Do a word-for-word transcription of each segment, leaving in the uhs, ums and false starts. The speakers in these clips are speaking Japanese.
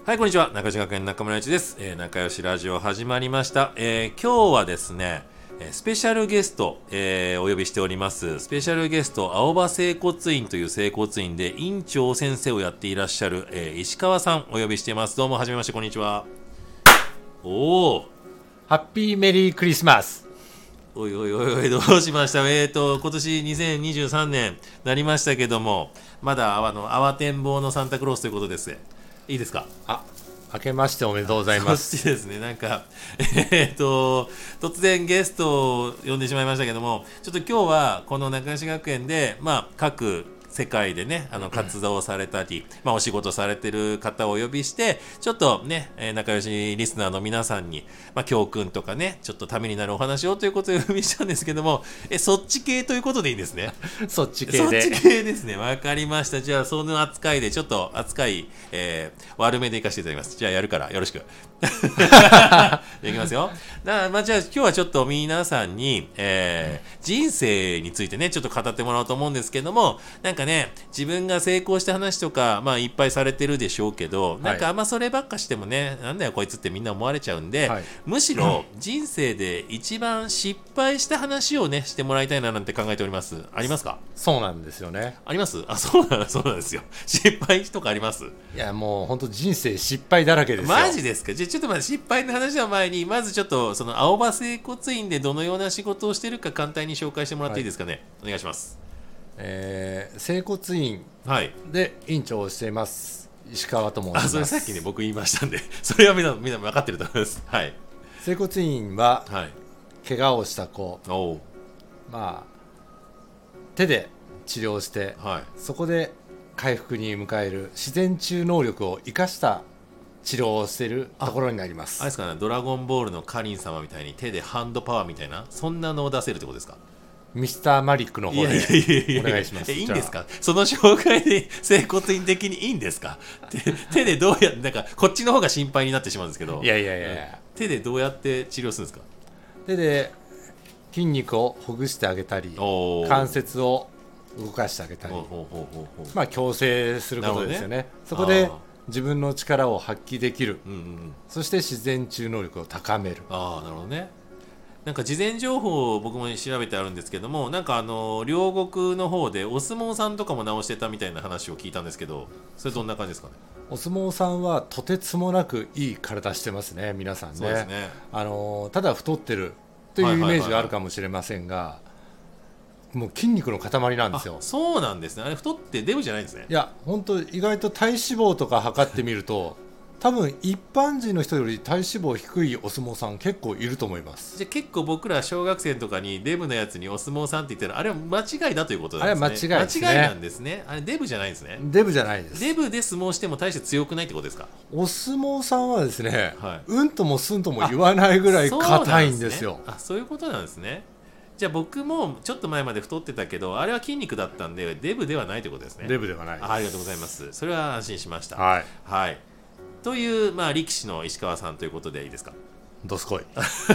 はい、こんにちは。仲良し学園中村一です、えー、仲良しラジオ始まりました、えー、今日はですねスペシャルゲスト、えー、お呼びしております。スペシャルゲスト、青葉整骨院という整骨院で院長先生をやっていらっしゃる、えー、石川さんお呼びしています。どうもはじめまして、こんにちは。おお、 ハッピーメリークリスマス。 おいおいおいおい、どうしました。えーと今年にせんにじゅうさんねんなりましたけども、まだあの慌てんぼうのサンタクロースということです。いいですか。 あ、明けましておめでとうございます。 そしてですね、なんかえーと突然ゲストを呼んでしまいましたけども、ちょっと今日はこの仲良し学園で、まあ、各世界でね、あの活動されたり、まあ、お仕事されてる方をお呼びして、ちょっとね、えー、仲良しリスナーの皆さんに、まあ、教訓とかね、ちょっとためになるお話をということでお呼びしたんですけども、えそっち系ということでいいんですね。 そっち系で。 そっち系ですね。わかりました。じゃあその扱いでちょっと扱い、えー、悪めでいかせていただきます。じゃあやるからよろしく。いきますよ。だからまあじゃあ今日はちょっと皆さんに、えー、人生についてねちょっと語ってもらおうと思うんですけども、なんかね自分が成功した話とかまあいっぱいされてるでしょうけど、なんかあんまそればっかしてもね、なんだよこいつってみんな思われちゃうんで、はい、むしろ人生で一番失敗した話をねしてもらいたいななんて考えております。ありますか？ そうなんですよね。 あります？あ、そうなんそうなんですよ。失敗とかあります？ いやもう本当人生失敗だらけですよ。 マジですか？じゃあちょっとまず失敗の話の前に、まずちょっとその青葉整骨院でどのような仕事をしているか簡単に紹介してもらっていいですかね。はい、お願いします。 えー、整骨院で院長をしています、はい、石川と申します。 あ、それさっきね僕言いましたんで、それはみんなみんな分かってると思います。はい。 整骨院は、はい、怪我をした子、 おまあ手で治療して、はい、そこで回復に迎える自然治癒能力を生かした治療をしているところになります。 あれですかね、ドラゴンボールのカリン様みたいに手でハンドパワーみたいな、そんなのを出せるってことですか？ ミスターマリックの方でお願いします。 いいんですか？その紹介で整骨院的にいいんですか？手でどうやって、なんかこっちの方が心配になってしまうんですけど、 いやいやいやいや、 手でどうやって治療するんですか？ 手で筋肉をほぐしてあげたり、関節を動かしてあげたり、まあ矯正することですよね。ね、そこで自分の力を発揮できる、うんうん、そして自然治癒能力を高める。 ああ、なるほどね。なんか事前情報を僕も調べてあるんですけども、なんかあの両国の方でお相撲さんとかも治してたみたいな話を聞いたんですけど、それどんな感じですかね？ お相撲さんはとてつもなくいい体してますね、皆さんね。 そうですね。 あのただ太ってるというイメージがあるかもしれませんが、もう筋肉の塊なんですよ。 そうなんですね。あれ太ってデブじゃないんですね。 いや本当意外と体脂肪とか測ってみると多分一般人の人より体脂肪低いお相撲さん結構いると思います。 じゃあ結構僕ら小学生とかにデブのやつにお相撲さんって言ったら、あれは間違いだということなんですね。 あれは間違いですね。 間違いなんですね。あれデブじゃないんですね。 デブじゃないです。 デブで相撲しても大して強くないってことですか？ お相撲さんはですね、はい、うんともすんとも言わないぐらい硬いんですよ。 あ、そういうことなんですね。じゃあ僕もちょっと前まで太ってたけど、あれは筋肉だったんでデブではないということですね。 デブではないです。 あ, ありがとうございます。それは安心しました。 はい、 はい、という、まあ、力士の石川さんということでいいですか？ どすこい。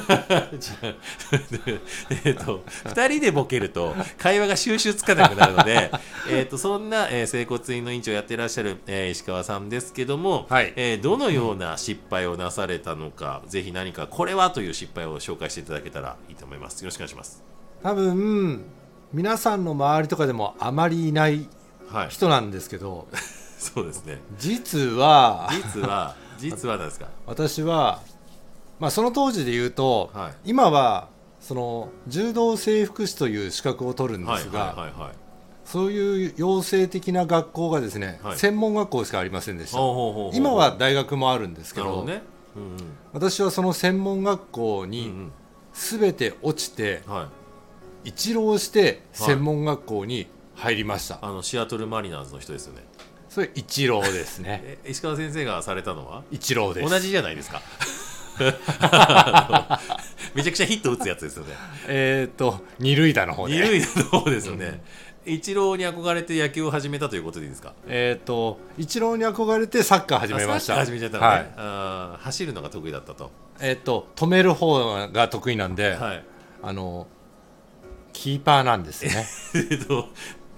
えっとふたりでボケると会話が収集つかなくなるのでえとそんな、えー、整骨院の院長をやっていらっしゃる、えー、石川さんですけども、はい、えー、どのような失敗をなされたのか、うん、ぜひ何かこれはという失敗を紹介していただけたらいいと思います。よろしくお願いします。 多分皆さんの周りとかでもあまりいない人なんですけど、はい、 そうですね。 実は実は実はなんですか？ 私はまあ、その当時で言うと、はい、今はその柔道整復師という資格を取るんですが、そういう養成的な学校がですね、はい、専門学校しかありませんでした。今は大学もあるんですけど、ね、うんうん、私はその専門学校に全て落ちて、はい、一浪して専門学校に入りました。 あのシアトルマリナーズの人ですよね。 それ一浪ですね。 石川先生がされたのは一浪です。 同じじゃないですか。めちゃくちゃヒット打つやつですよね。 えっと二塁打の方で、 二塁打の方ですよね。うん、イチローに憧れて野球を始めたということでいいですか？ えっとイチローに憧れてサッカー始めました。 サッカー始めちゃったのね。はい、あ、走るのが得意だったと。 えっと止める方が得意なんで、はい、あのキーパーなんですね。 えっと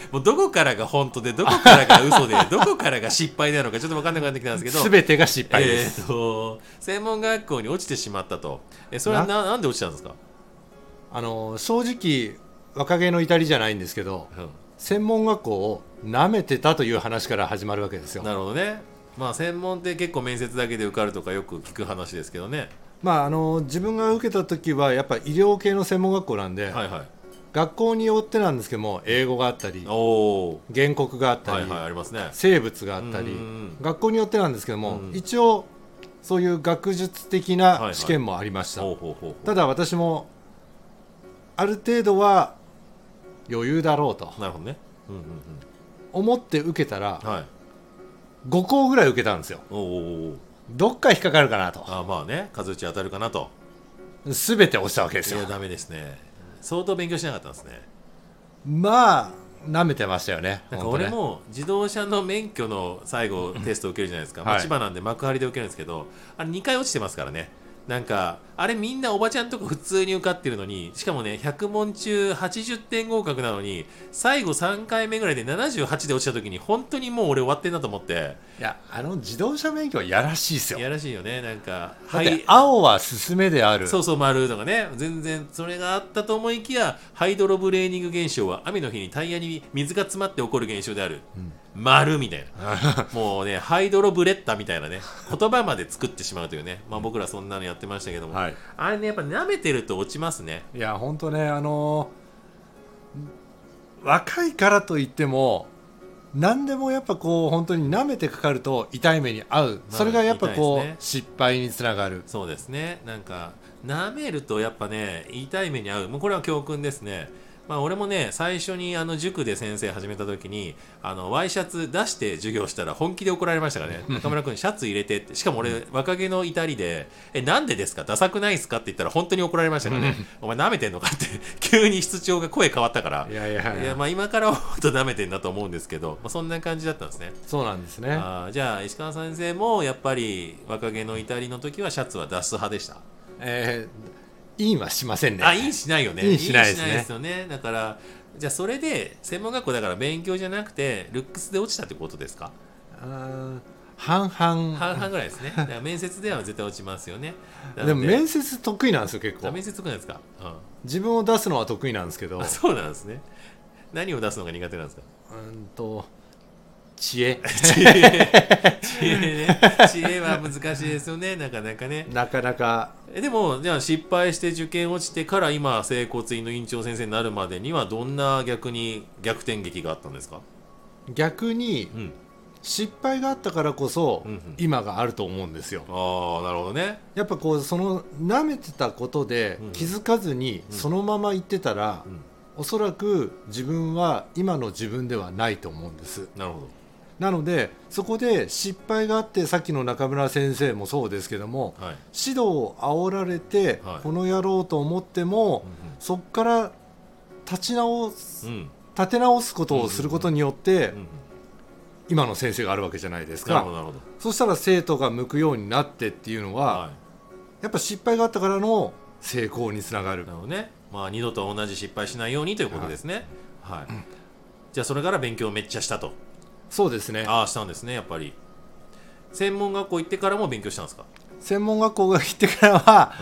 もうどこからが本当でどこからが嘘でどこからが失敗なのかちょっと分かんなくなってきたんですけど全てが失敗です、 えー、と専門学校に落ちてしまったと。えそれは な, なんで落ちたんですか？ あの正直若気の至りじゃないんですけど、うん、専門学校を舐めてたという話から始まるわけですよ。 なるほどね。まあ専門って結構面接だけで受かるとかよく聞く話ですけどね。 まあ、あの自分が受けた時はやっぱり医療系の専門学校なんで、はいはい、学校によってなんですけども英語があったり原告があったり、はいはい、ありますね、生物があったり学校によってなんですけども、うん、一応そういう学術的な試験もありました。ただ私もある程度は余裕だろうとなるほどね、うんうんうん、思って受けたら、はい、ご校ぐらい受けたんですよ。おおどっか引っかかるかなと。 あまあね数打ち当たるかなと。 全て落ちたわけですよ。 いやダメですね。相当勉強しなかったんですね。 まあ舐めてましたよね。 なんか俺も自動車の免許の最後テスト受けるじゃないですか、まあ、千葉なんで幕張で受けるんですけど、あれにかい落ちてますからね。なんかあれみんなおばちゃんとか普通に受かってるのに、しかもねひゃくもん中はちじゅってん合格なのに最後さんかいめぐらいでななじゅうはちで落ちた時に本当にもう俺終わってんなと思って。 いやあの自動車免許はやらしいですよ。 やらしいよね。なんかだって青は進めである、 そうそう丸とかね、全然それがあったと思いきやハイドロブレーニング現象は雨の日にタイヤに水が詰まって起こる現象である、うん丸みたいなもうねハイドロブレッタみたいなね言葉まで作ってしまうというね、まあ、僕らそんなのやってましたけども、はい、あれねやっぱ舐めてると落ちますね。 いや本当ねあのー、若いからといっても何でもやっぱこう本当に舐めてかかると痛い目に遭う、それがやっぱこう、ね、失敗につながる。 そうですね。なんか舐めるとやっぱね痛い目に遭う。もうこれは教訓ですね。まあ、俺もね最初にあの塾で先生始めた時にあのワイシャツ出して授業したら本気で怒られましたからね中村君シャツ入れてって。しかも俺若気の至りでえなんでですかダサくないですかって言ったら本当に怒られましたからねお前舐めてんのかって急に室長が声変わったからいやいやいや、まあ、今から思うと舐めてんだと思うんですけど、まあ、そんな感じだったんですね。 そうなんですね。 あじゃあ石川先生もやっぱり若気の至りの時はシャツは出す派でした？ えー、インはしませんね。 あインしないよね。 インしないですね。 インしないですよね。だからじゃあそれで専門学校だから勉強じゃなくてルックスで落ちたってことですか？ あ半々 半々ぐらいですね。だから面接では絶対落ちますよね。 でも面接得意なんですよ結構。 面接得意なんですか？うん、自分を出すのは得意なんですけど。 そうなんですね。何を出すのが苦手なんですか？ うんと知恵知恵知恵ね。知恵は難しいですよねなかなかね。 なかなか。 でもじゃあ失敗して受験落ちてから今整骨院の院長先生になるまでにはどんな逆に逆転劇があったんですか？ 逆に、うん、失敗があったからこそ、うんうん、今があると思うんですよ。 ああなるほどね。 やっぱこうその舐めてたことで気づかずにそのまま行ってたら、うんうん、おそらく自分は今の自分ではないと思うんです。 なるほど。 なのでそこで失敗があって、さっきの中村先生もそうですけども、はい、指導を煽られて、はい、このやろうと思っても、うんうん、そこから立ち直す、うん、立て直すことをすることによって、うんうんうん、今の先生があるわけじゃないですか。なるほどなるほど。そしたら生徒が向くようになってっていうのは、はい、やっぱ失敗があったからの成功につながる。 なるほどね。まあ、二度と同じ失敗しないようにということですね。はいはい、うん、じゃあそれから勉強めっちゃしたと。 そうですね。 ああしたんですね。やっぱり専門学校行ってからも勉強したんですか？ 専門学校が行ってからは、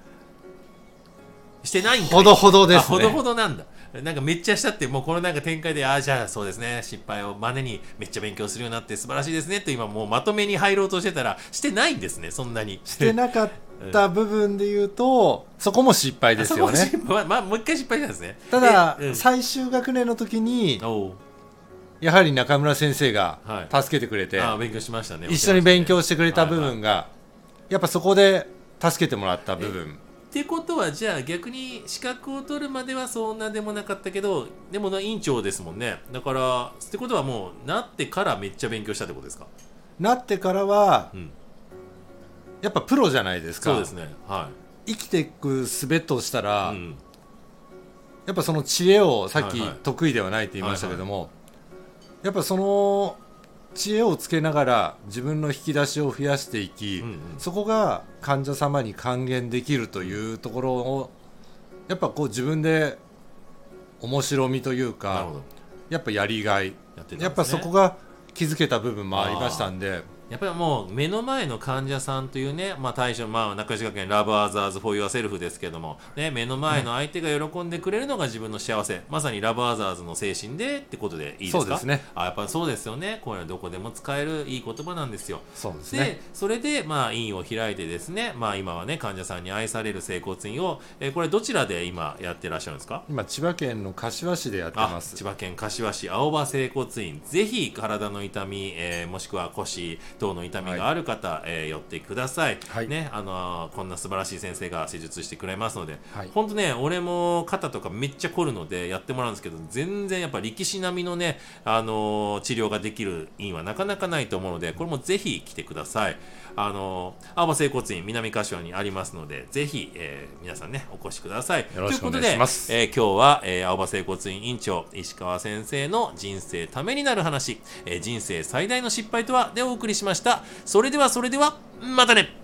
うん、してないんかい。 ほどほどですね。 ほどほどなんだ。なんかめっちゃしたってもうこのなんか展開でああじゃあそうですね失敗を真似にめっちゃ勉強するようになって素晴らしいですねって今もうまとめに入ろうとしてたらしてないんですね。そんなにしてなかった部分で言うと、うん、そこも失敗ですよね。 そこも、ままあ、もう一回失敗なんですね。 ただ、うん、最終学年の時にやはり中村先生が助けてくれて、はい、 あ勉強しましたね。 一緒に勉強してくれた部分が、はいはい、やっぱそこで助けてもらった部分ってことは、じゃあ逆に資格を取るまではそんなでもなかったけど、でも院長ですもんね。だからってことはもうなってからめっちゃ勉強したってことですか？ なってからは、うん、やっぱプロじゃないですか。 そうですね、はい、 生きていく術としたら、うん、やっぱその知恵をさっき得意ではないって言いましたけども、はいはい、やっぱその知恵をつけながら自分の引き出しを増やしていき、うんうん、そこが患者様に還元できるというところをやっぱこう自分で面白みというかやっぱやりがいやってたんですね。やっぱそこが気づけた部分もありましたんで、 やっぱりもう目の前の患者さんというね、まあ、対象、まあ、中吉学園ラブアザーズフォーユアセルフですけども、ね、目の前の相手が喜んでくれるのが自分の幸せ、うん、まさにラブアザーズの精神でってことでいいですか？ そうですね。 あ、やっぱそうですよね。こういうのはどこでも使えるいい言葉なんですよ。 そうですね。 でそれで、まあ、院を開いてですね、まあ、今はね患者さんに愛される整骨院を、えー、これどちらで今やってらっしゃるんですか？ 今千葉県の柏市でやってます。 千葉県柏市青葉整骨院、ぜひ体の痛み、えー、もしくは腰等の痛みがある方、はい、えー、寄ってください、はい、ね、あのー、こんな素晴らしい先生が施術してくれますので、はい、ほんとね俺も肩とかめっちゃ凝るのでやってもらうんですけど、全然やっぱ力士並みのね、あのー、治療ができる院はなかなかないと思うので、これもぜひ来てください。あのー、青葉整骨院南柏にありますので、ぜひ、えー、皆さんねお越しください。 よろしくお願いします。 ということで、えー、今日は、えー、青葉整骨院院長石川先生の人生ためになる話、えー、人生最大の失敗とはでお送りしました。それではそれではまたね。